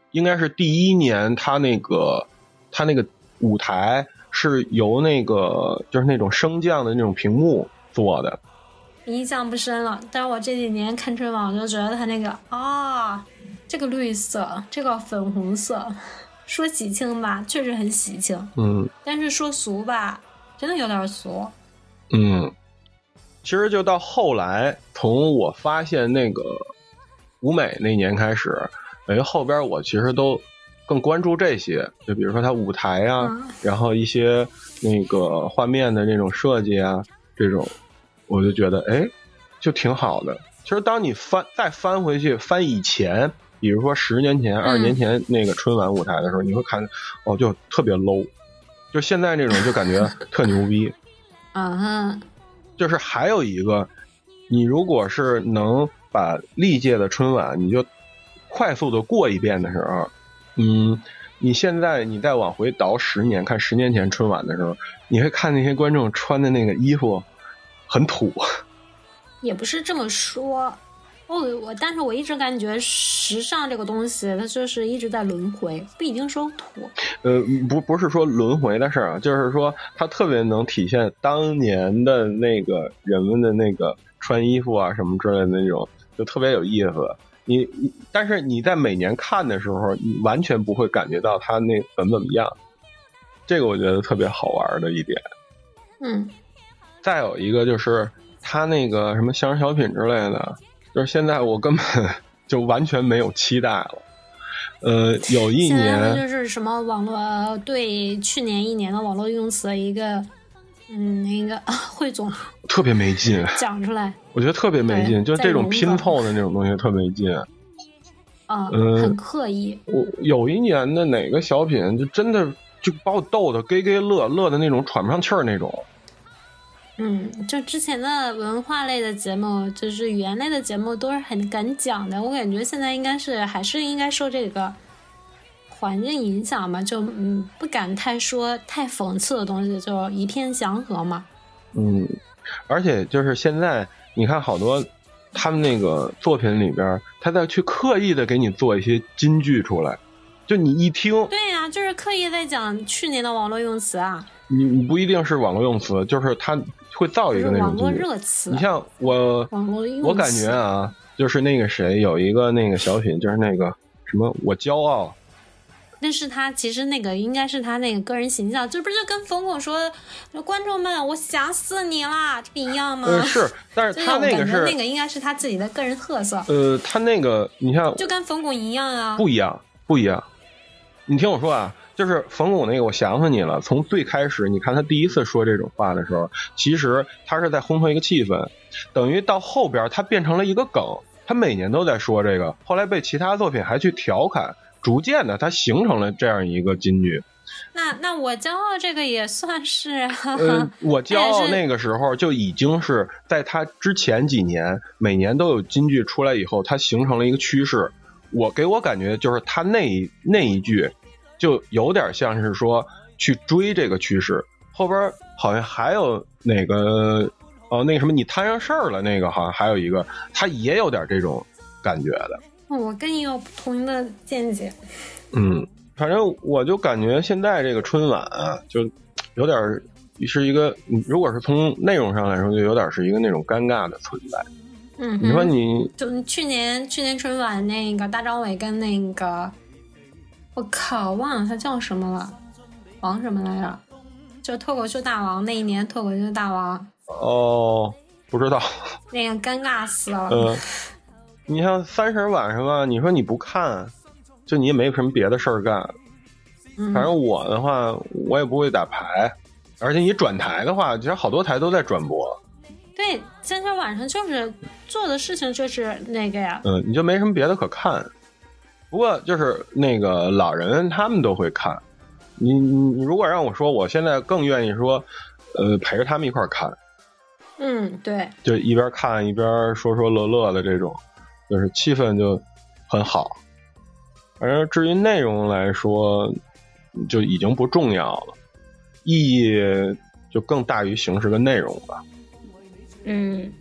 应该是第一年，他那个他那个舞台是由那个就是那种升降的那种屏幕做的。 印象不深了，但是我这几年看春晚，我就觉得他那个啊，这个绿色，这个粉红色，说喜庆吧，确实很喜庆， 嗯， 但是说俗吧，真的有点俗。 嗯，其实就到后来，从我发现那个舞美那年开始，等于后边我其实都更关注这些，就比如说它舞台啊，嗯、然后一些那个画面的那种设计啊，这种。我就觉得哎就挺好的。其实当你翻再翻回去翻以前，比如说十年前、二十年前那个春晚舞台的时候，嗯、你会看哦就特别 low， 就现在这种就感觉特牛逼。 嗯哼， 就是还有一个，你如果是能把历届的春晚你就快速的过一遍的时候，嗯，你现在你再往回倒十年，看十年前春晚的时候，你会看那些观众穿的那个衣服很土。 也不是这么说，我我但是我一直感觉时尚这个东西它就是一直在轮回，不一定说土。 呃，不不是说轮回的事儿啊，就是说它特别能体现当年的那个人们的那个穿衣服啊什么之类的那种，就特别有意思。你但是你在每年看的时候，你完全不会感觉到它那怎么怎么样，这个我觉得特别好玩的一点。 嗯。 再有一个就是他那个什么相声小品之类的，就是现在我根本就完全没有期待了。呃，有一年就是什么网络对去年一年的网络用词的一个嗯那个汇总， 特别没劲， 讲出来， 我觉得特别没劲，就这种拼凑的那种东西特没劲。 啊、 嗯， 很刻意。 我有一年的哪个小品就真的就把我逗得咯咯乐，乐的那种喘不上气儿那种。 嗯，就之前的文化类的节目，就是语言类的节目，都是很敢讲的。我感觉现在应该是还是应该受这个环境影响嘛，就嗯不敢太说太讽刺的东西，就一片祥和嘛。 嗯，而且就是现在你看好多他们那个作品里边，他在去刻意的给你做一些金句出来，就你一听， 对呀、啊，就是刻意在讲去年的网络用词啊。 你你不一定是网络用词，就是他会造一个那种网络热词。 你像我， 网络用词我感觉啊，就是那个谁有一个那个小品，就是那个什么我骄傲。 但是他其实那个应该是他那个个人形象，这不是就跟冯巩说观众们我想死你啦，这不一样吗？ 呃，是，但是他那个是那个应该是他自己的个人特色。 呃，他那个你像就跟冯巩一样啊， 不一样，不一样。你听我说啊。就是冯巩那个我想起你了，从最开始你看他第一次说这种话的时候，其实他是在烘托一个气氛，等于到后边他变成了一个梗，他每年都在说这个，后来被其他作品还去调侃，逐渐的他形成了这样一个金句。 那那我骄傲这个也算是呃，我骄傲那个时候就已经是在他之前几年每年都有金句出来以后，他形成了一个趋势。我给我感觉就是他那一那一句就有点像是说去追这个趋势，后边好像还有哪个哦那个什么你摊上事儿了那个好像还有一个，他也有点这种感觉的。 我跟你有不同的见解。 嗯，反正我就感觉现在这个春晚啊，就有点是一个，如果是从内容上来说，就有点是一个那种尴尬的存在。 嗯， 你说你就去年去年春晚那个大张伟跟那个。我靠，忘了他叫什么了，王什么来着？就脱口秀大王那一年，脱口秀大王。 哦，不知道。 那个尴尬死了。 嗯、呃，你像三十晚上吧，你说你不看，就你也没什么别的事儿干。 嗯。 反正我的话，我也不会打牌，而且你转台的话，其实好多台都在转播。 对，三十晚上就是做的事情就是那个呀。 嗯，你就没什么别的可看。不过就是那个老人他们都会看，你你如果让我说，我现在更愿意说，呃，陪着他们一块儿看。 嗯，对， 就一边看一边说说乐乐的这种，就是气氛就很好。反正至于内容来说，就已经不重要了，意义就更大于形式跟内容吧。 嗯，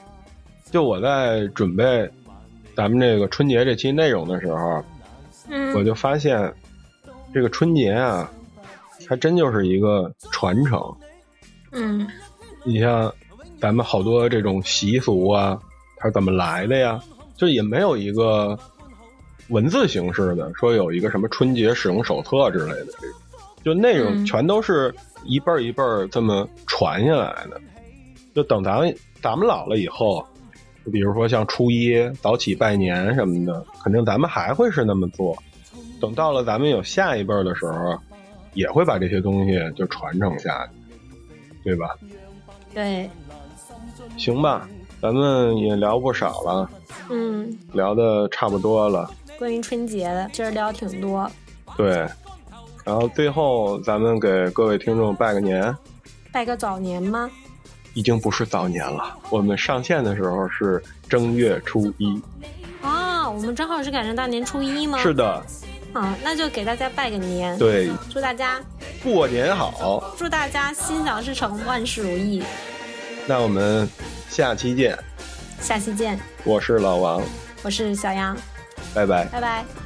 就我在准备咱们这个春节这期内容的时候， 嗯， 我就发现这个春节啊，它真就是一个传承。 嗯， 你像咱们好多这种习俗啊，它是怎么来的呀？就也没有一个文字形式的，说有一个什么春节使用手册之类的这种，就那种全都是一辈儿一辈儿这么传下来的。就等咱们咱们老了以后，比如说像初一早起拜年什么的，肯定咱们还会是那么做。等到了咱们有下一辈的时候，也会把这些东西就传承下去，对吧？ 对。 行吧，咱们也聊不少了， 嗯， 聊的差不多了。 关于春节的，今儿聊挺多。 对，然后最后咱们给各位听众拜个年。 拜个早年吗？ 已经不是早年了，我们上线的时候是正月初一。 啊，我们正好是赶上大年初一吗？ 是的。 啊，那就给大家拜个年。 对， 祝大家过年好， 祝大家心想事成，万事如意。 那我们下期见。 下期见。 我是老王， 我是小杨， 拜拜， 拜拜。